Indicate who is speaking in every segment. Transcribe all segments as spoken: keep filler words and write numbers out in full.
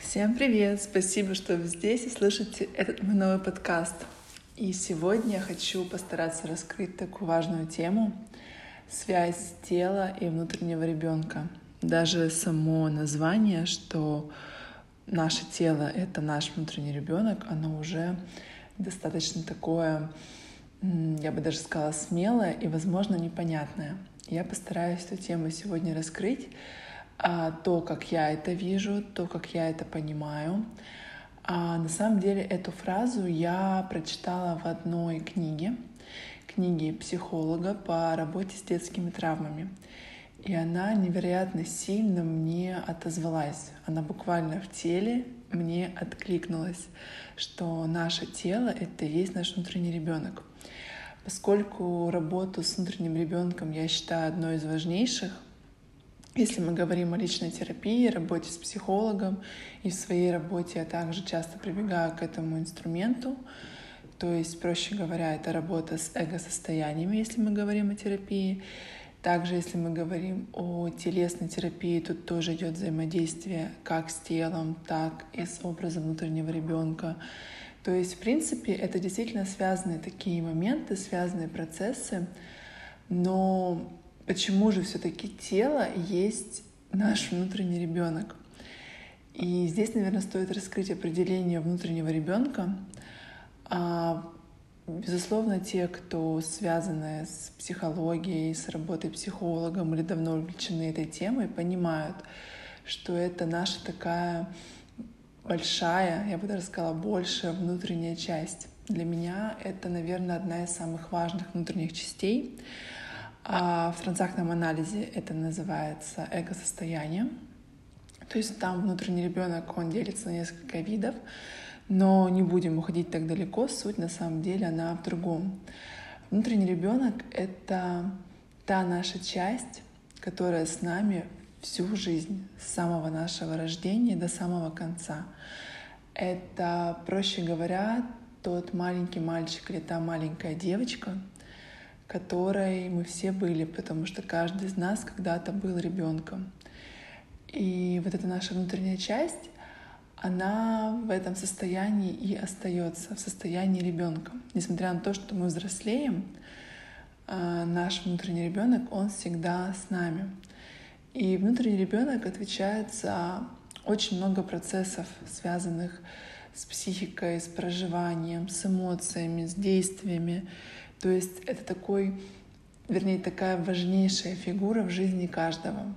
Speaker 1: Всем привет! Спасибо, что вы здесь и слышите этот мой новый подкаст. И сегодня я хочу постараться раскрыть такую важную тему — связь тела и внутреннего ребенка. Даже само название, что наше тело — это наш внутренний ребенок, оно уже достаточно такое, я бы даже сказала, смелое и, возможно, непонятное. Я постараюсь эту тему сегодня раскрыть, а, то, как я это вижу, то, как я это понимаю. А на самом деле эту фразу я прочитала в одной книге, книге психолога по работе с детскими травмами. И она невероятно сильно мне отозвалась. Она буквально в теле мне откликнулась, что наше тело — это и есть наш внутренний ребенок. Поскольку работу с внутренним ребенком я считаю одной из важнейших, если мы говорим о личной терапии, работе с психологом, и в своей работе я также часто прибегаю к этому инструменту, то есть, проще говоря, это работа с эго-состояниями, если мы говорим о терапии. Также, если мы говорим о телесной терапии, тут тоже идет взаимодействие как с телом, так и с образом внутреннего ребенка. То есть, в принципе, это действительно связанные такие моменты, связанные процессы, но почему же все-таки тело есть наш внутренний ребенок? И здесь, наверное, стоит раскрыть определение внутреннего ребенка. Безусловно, те, кто связаны с психологией, с работой психологом или давно увлечены этой темой, понимают, что это наша такая большая, я бы даже сказала, большая внутренняя часть. Для меня это, наверное, одна из самых важных внутренних частей. А в трансактном анализе это называется эго-состояние. То есть там внутренний ребенок, он делится на несколько видов, но не будем уходить так далеко. Суть на самом деле она в другом. Внутренний ребенок — это та наша часть, которая с нами всю жизнь, с самого нашего рождения до самого конца. Это, проще говоря, тот маленький мальчик или та маленькая девочка, которой мы все были, потому что каждый из нас когда-то был ребенком. И вот эта наша внутренняя часть, она в этом состоянии и остается, в состоянии ребенка. Несмотря на то, что мы взрослеем, наш внутренний ребенок, он всегда с нами. И внутренний ребенок отвечает за очень много процессов, связанных с психикой, с проживанием, с эмоциями, с действиями. То есть это такой, вернее, такая важнейшая фигура в жизни каждого.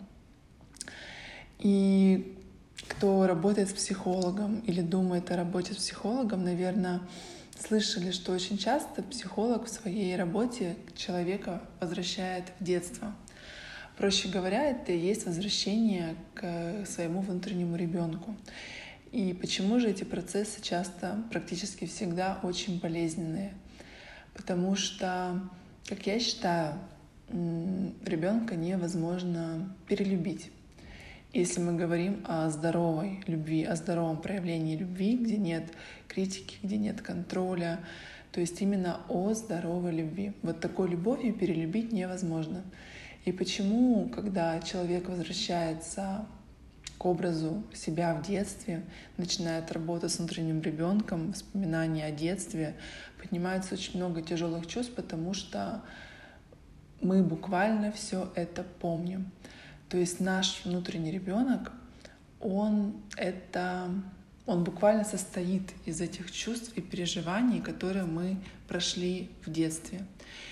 Speaker 1: И кто работает с психологом или думает о работе с психологом, наверное, слышали, что очень часто психолог в своей работе человека возвращает в детство. Проще говоря, это и есть возвращение к своему внутреннему ребенку. И почему же эти процессы часто, практически всегда, очень болезненные? Потому что, как я считаю, ребенка невозможно перелюбить. Если мы говорим о здоровой любви, о здоровом проявлении любви, где нет критики, где нет контроля, то есть именно о здоровой любви. Вот такой любовью перелюбить невозможно. И почему, когда человек возвращается к образу себя в детстве, начинает работать с внутренним ребенком, вспоминания о детстве, поднимается очень много тяжелых чувств, потому что мы буквально все это помним. То есть наш внутренний ребенок, он это, он буквально состоит из этих чувств и переживаний, которые мы прошли в детстве.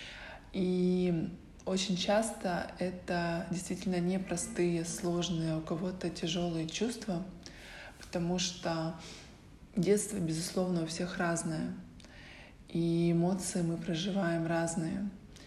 Speaker 1: И очень часто это действительно непростые, сложные, у кого-то тяжелые чувства, потому что детство, безусловно, у всех разное, и эмоции мы проживаем разные.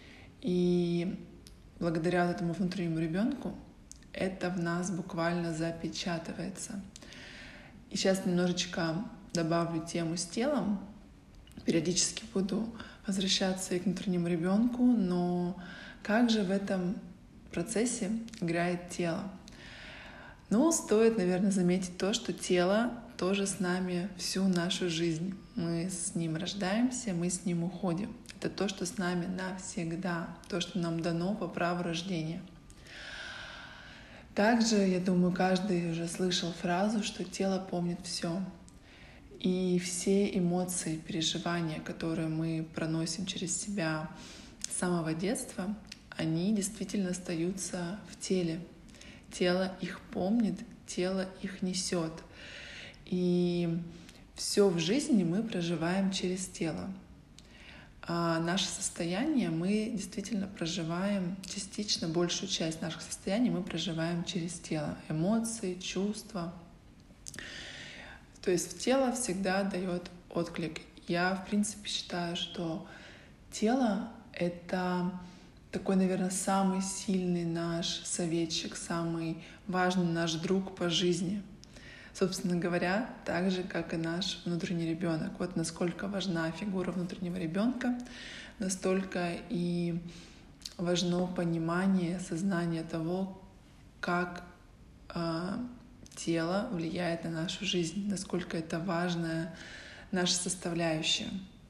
Speaker 1: И благодаря вот этому внутреннему ребенку это в нас буквально запечатывается. И сейчас немножечко добавлю тему с телом. Периодически буду возвращаться и к внутреннему ребенку, но как же в этом процессе играет тело? Ну, стоит, наверное, заметить то, что тело тоже с нами всю нашу жизнь. Мы с ним рождаемся, мы с ним уходим. Это то, что с нами навсегда, то, что нам дано по праву рождения. Также, я думаю, каждый уже слышал фразу, что тело помнит все. И все эмоции, переживания, которые мы проносим через себя с самого детства, они действительно остаются в теле. Тело их помнит, тело их несет. И все в жизни мы проживаем через тело. А наше состояние мы действительно проживаем, частично большую часть наших состояний мы проживаем через тело. Эмоции, чувства. То есть тело всегда дает отклик. Я, в принципе, считаю, что тело — это такой, наверное, самый сильный наш советчик, самый важный наш друг по жизни. Собственно говоря, так же, как и наш внутренний ребенок. Вот насколько важна фигура внутреннего ребенка, настолько и важно понимание, сознание того, как э, тело влияет на нашу жизнь, насколько это важная наша составляющая.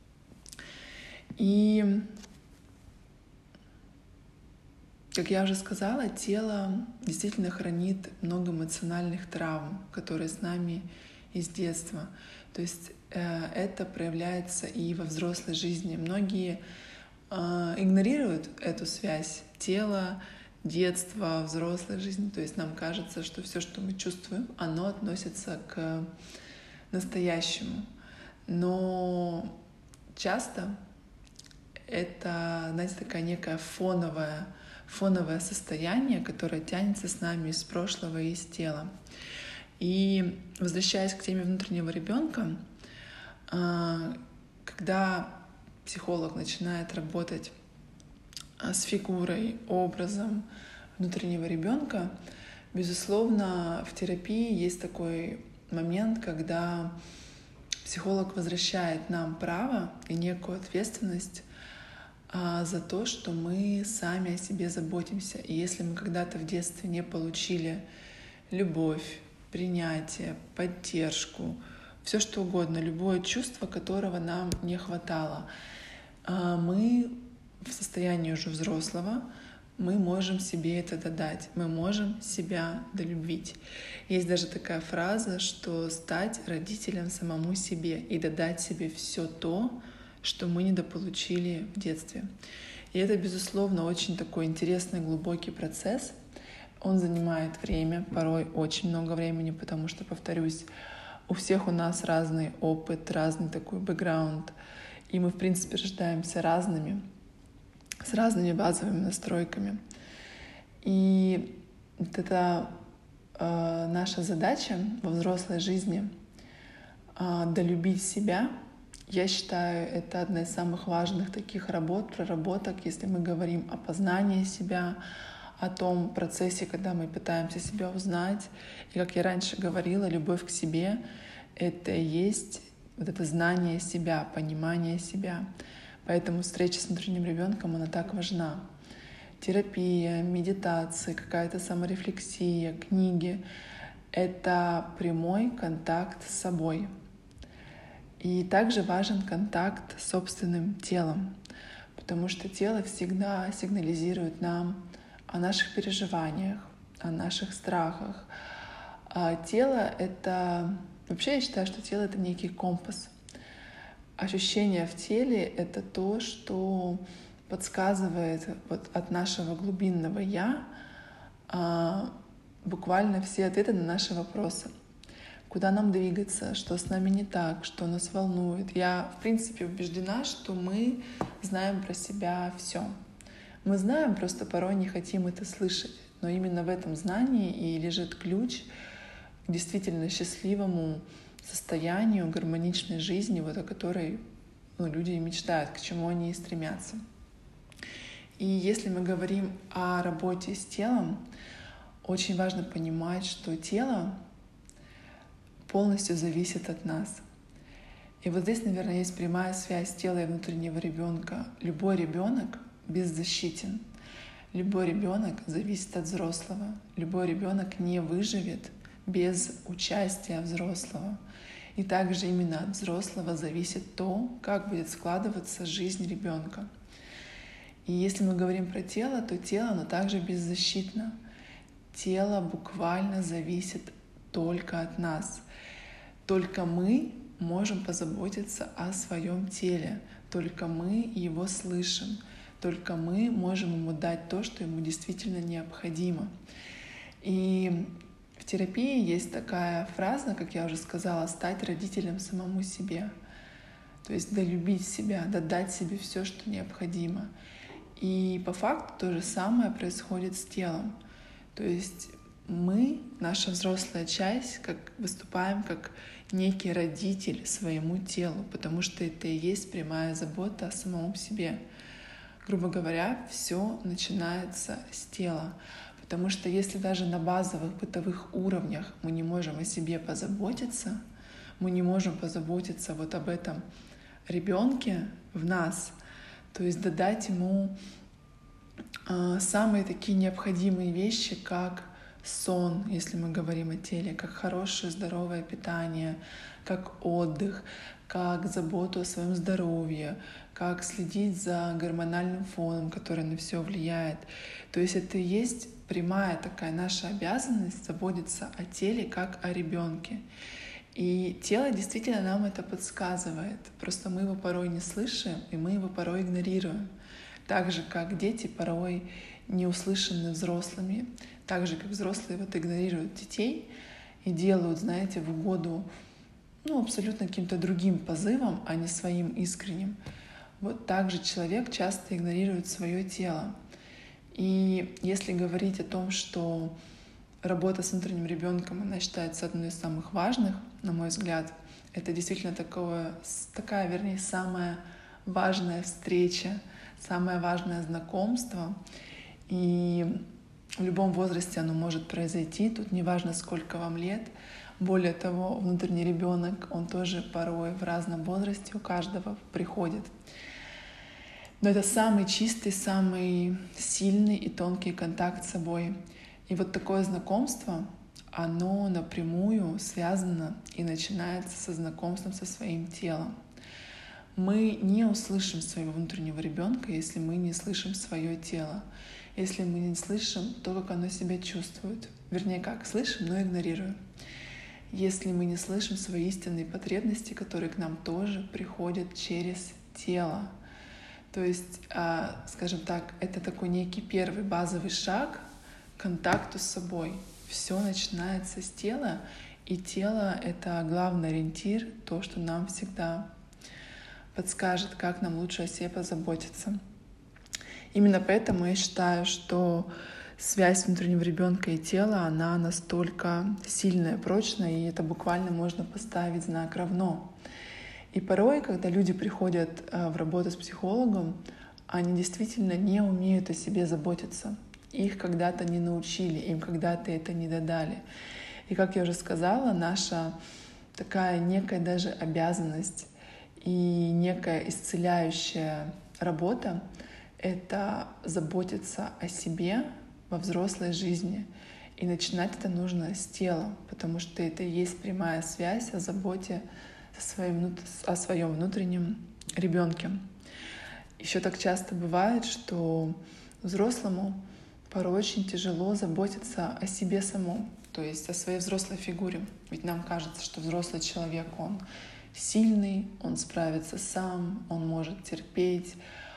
Speaker 1: И, как я уже сказала, тело действительно хранит много эмоциональных травм, которые с нами из детства. То есть э, это проявляется и во взрослой жизни. Многие э, игнорируют эту связь тела, детства, взрослой жизни. То есть нам кажется, что все, что мы чувствуем, оно относится к настоящему. Но часто это, знаете, такая некая фоновая, фоновое состояние, которое тянется с нами из прошлого и из тела. И возвращаясь к теме внутреннего ребенка, когда психолог начинает работать с фигурой, образом внутреннего ребенка, безусловно, в терапии есть такой момент, когда психолог возвращает нам право и некую ответственность за то, что мы сами о себе заботимся. И если мы когда-то в детстве не получили любовь, принятие, поддержку, все что угодно, любое чувство, которого нам не хватало, мы в состоянии уже взрослого, мы можем себе это додать, мы можем себя долюбить. Есть даже такая фраза, что стать родителем самому себе и додать себе все то, что мы недополучили в детстве. И это, безусловно, очень такой интересный, глубокий процесс. Он занимает время, порой очень много времени, потому что, повторюсь, у всех у нас разный опыт, разный такой бэкграунд, и мы, в принципе, рождаемся разными, с разными базовыми настройками. И вот это э, наша задача во взрослой жизни э, долюбить себя. Я считаю, это одна из самых важных таких работ, проработок, если мы говорим о познании себя, о том процессе, когда мы пытаемся себя узнать. И, как я раньше говорила, любовь к себе — это и есть вот это знание себя, понимание себя. Поэтому встреча с внутренним ребенком, она так важна. Терапия, медитация, какая-то саморефлексия, книги — это прямой контакт с собой. И также важен контакт с собственным телом, потому что тело всегда сигнализирует нам о наших переживаниях, о наших страхах. А тело — это... Вообще я считаю, что тело — это некий компас. Ощущение в теле — это то, что подсказывает вот от нашего глубинного «я» буквально все ответы на наши вопросы. Куда нам двигаться, что с нами не так, что нас волнует. Я, в принципе, убеждена, что мы знаем про себя все. Мы знаем, просто порой не хотим это слышать. Но именно в этом знании и лежит ключ к действительно счастливому состоянию, гармоничной жизни, вот о которой ну, люди и мечтают, к чему они и стремятся. И если мы говорим о работе с телом, очень важно понимать, что тело полностью зависит от нас. И вот здесь, наверное, есть прямая связь тела и внутреннего ребенка. Любой ребенок беззащитен. Любой ребенок зависит от взрослого. Любой ребенок не выживет без участия взрослого. И также именно от взрослого зависит то, как будет складываться жизнь ребенка. И если мы говорим про тело, то тело, оно также беззащитно. тело буквально зависит только от нас. Только мы можем позаботиться о своем теле, только мы его слышим, только мы можем ему дать то, что ему действительно необходимо. И в терапии есть такая фраза, как я уже сказала, стать родителем самому себе. То есть долюбить себя, додать себе все, что необходимо. И по факту то же самое происходит с телом. То есть мы, наша взрослая часть, как выступаем как некий родитель своему телу, потому что это и есть прямая забота о самом себе. Грубо говоря, все начинается с тела. Потому что если даже на базовых бытовых уровнях мы не можем о себе позаботиться, мы не можем позаботиться вот об этом ребенке в нас, то есть додать ему э, самые такие необходимые вещи, как сон, если мы говорим о теле, как хорошее здоровое питание, как отдых, как заботу о своем здоровье, как следить за гормональным фоном, который на все влияет. То есть это и есть прямая такая наша обязанность заботиться о теле как о ребенке. И тело действительно нам это подсказывает. Просто мы его порой не слышим, и мы его порой игнорируем. Так же, как дети порой не услышаны взрослыми, так же, как взрослые вот игнорируют детей и делают, знаете, в угоду ну, абсолютно каким-то другим позывам, а не своим искренним. Вот так же человек часто игнорирует свое тело. И если говорить о том, что работа с внутренним ребенком, она считается одной из самых важных, на мой взгляд, это действительно такое, такая, вернее, самая важная встреча, самое важное знакомство. И в любом возрасте оно может произойти. Тут не важно, сколько вам лет. Более того, внутренний ребенок, он тоже порой в разном возрасте у каждого приходит. Но это самый чистый, самый сильный и тонкий контакт с собой. И вот такое знакомство, оно напрямую связано и начинается со знакомством со своим телом. Мы не услышим своего внутреннего ребенка, если мы не слышим свое тело, если мы не слышим то, как оно себя чувствует. Вернее, как слышим, но игнорируем. Если мы не слышим свои истинные потребности, которые к нам тоже приходят через тело. То есть, скажем так, это такой некий первый базовый шаг к контакту с собой. Все начинается с тела, и тело — это главный ориентир, то, что нам всегда подскажет, как нам лучше о себе позаботиться. Именно поэтому я считаю, что связь внутреннего ребенка и тела, она настолько сильная, прочная, и это буквально можно поставить знак равно. И порой, когда люди приходят в работу с психологом, они действительно не умеют о себе заботиться. Их когда-то не научили, им когда-то это не додали. И, как я уже сказала, наша такая некая даже обязанность и некая исцеляющая работа — это заботиться о себе во взрослой жизни. И начинать это нужно с тела, потому что это и есть прямая связь о заботе о своем, о своем внутреннем ребенке. Еще так часто бывает, что взрослому порой очень тяжело заботиться о себе самом, то есть о своей взрослой фигуре. Ведь нам кажется, что взрослый человек, он сильный, он справится сам, он может терпеть,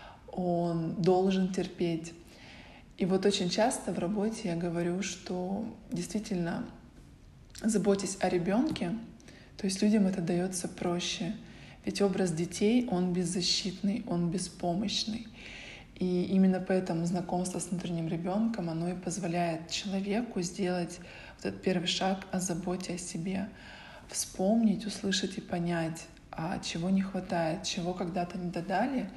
Speaker 1: он должен терпеть. И вот очень часто в работе я говорю, что действительно, заботясь о ребенке, то есть людям это дается проще. Ведь образ детей, он беззащитный, он беспомощный. И именно поэтому знакомство с внутренним ребенком, оно и позволяет человеку сделать вот этот первый шаг о заботе о себе, вспомнить, услышать и понять, а чего не хватает, чего когда-то не додали,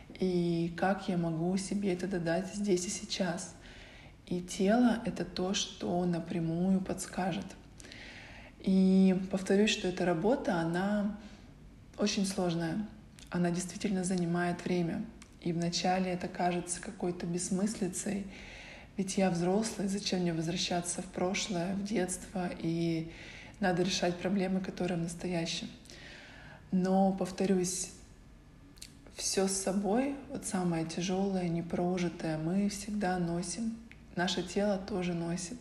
Speaker 1: и как я могу себе это додать здесь и сейчас. И тело — это то, что напрямую подскажет. И повторюсь, что эта работа, она очень сложная, она действительно занимает время. И вначале это кажется какой-то бессмыслицей, ведь я взрослый, зачем мне возвращаться в прошлое, в детство, и надо решать проблемы, которые в настоящем. Но, повторюсь, все с собой, вот самое тяжелое, непрожитое, мы всегда носим. наше тело тоже носит.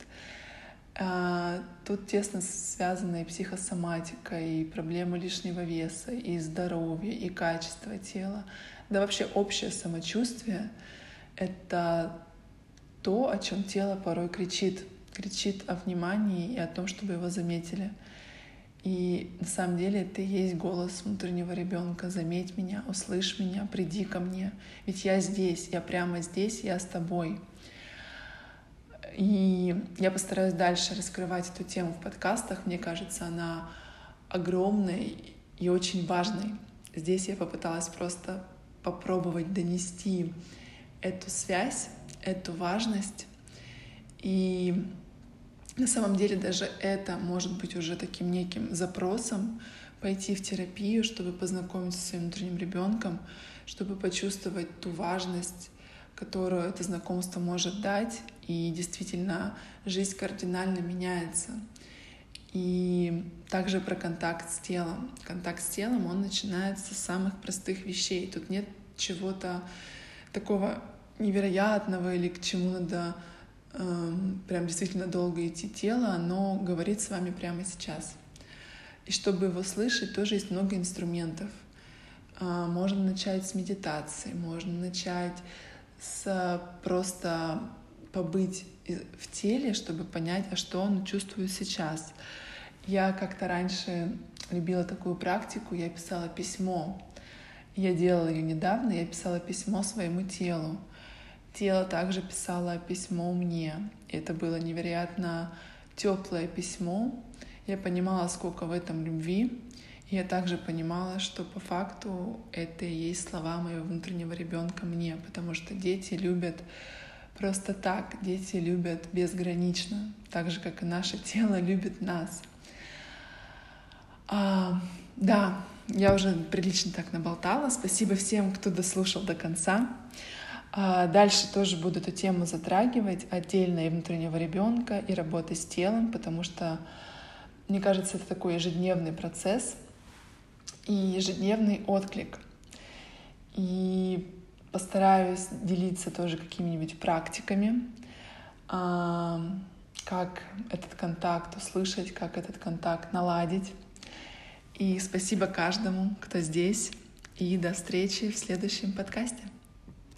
Speaker 1: Тут тесно связаны и психосоматика, и проблемы лишнего веса, и здоровье, и качество тела. Да вообще общее самочувствие — это то, о чем тело порой кричит. Кричит о внимании и о том, чтобы его заметили. И на самом деле это и есть голос внутреннего ребенка. Заметь меня, услышь меня, приди ко мне. Ведь я здесь, я прямо здесь, я с тобой. И я постараюсь дальше раскрывать эту тему в подкастах. Мне кажется, она огромной и очень важной. Здесь я попыталась просто попробовать донести эту связь, эту важность. И на самом деле даже это может быть уже таким неким запросом пойти в терапию, чтобы познакомиться со своим внутренним ребенком, чтобы почувствовать ту важность, которую это знакомство может дать, и действительно жизнь кардинально меняется. И также про контакт с телом. Контакт с телом, он начинается с самых простых вещей. Тут нет чего-то такого невероятного или к чему надо э, прям действительно долго идти. Тело, оно говорит с вами прямо сейчас. И чтобы его слышать, тоже есть много инструментов. Э, можно начать с медитации, можно начать с просто побыть в теле, чтобы понять, а что он чувствует сейчас. Я как-то раньше любила такую практику, я писала письмо. Я делала ее недавно, я писала письмо своему телу. Тело также писало письмо мне. И это было невероятно теплое письмо. Я понимала, сколько в этом любви. И я также понимала, что по факту это и есть слова моего внутреннего ребенка мне, потому что дети любят просто так, дети любят безгранично, так же, как и наше тело любит нас. А, да, я уже прилично так наболтала. Спасибо всем, кто дослушал до конца. А дальше тоже буду эту тему затрагивать отдельно и внутреннего ребенка, и работы с телом, потому что, мне кажется, это такой ежедневный процесс и ежедневный отклик. И постараюсь делиться тоже какими-нибудь практиками, как этот контакт услышать, как этот контакт наладить. И спасибо каждому, кто здесь. И до встречи в следующем подкасте.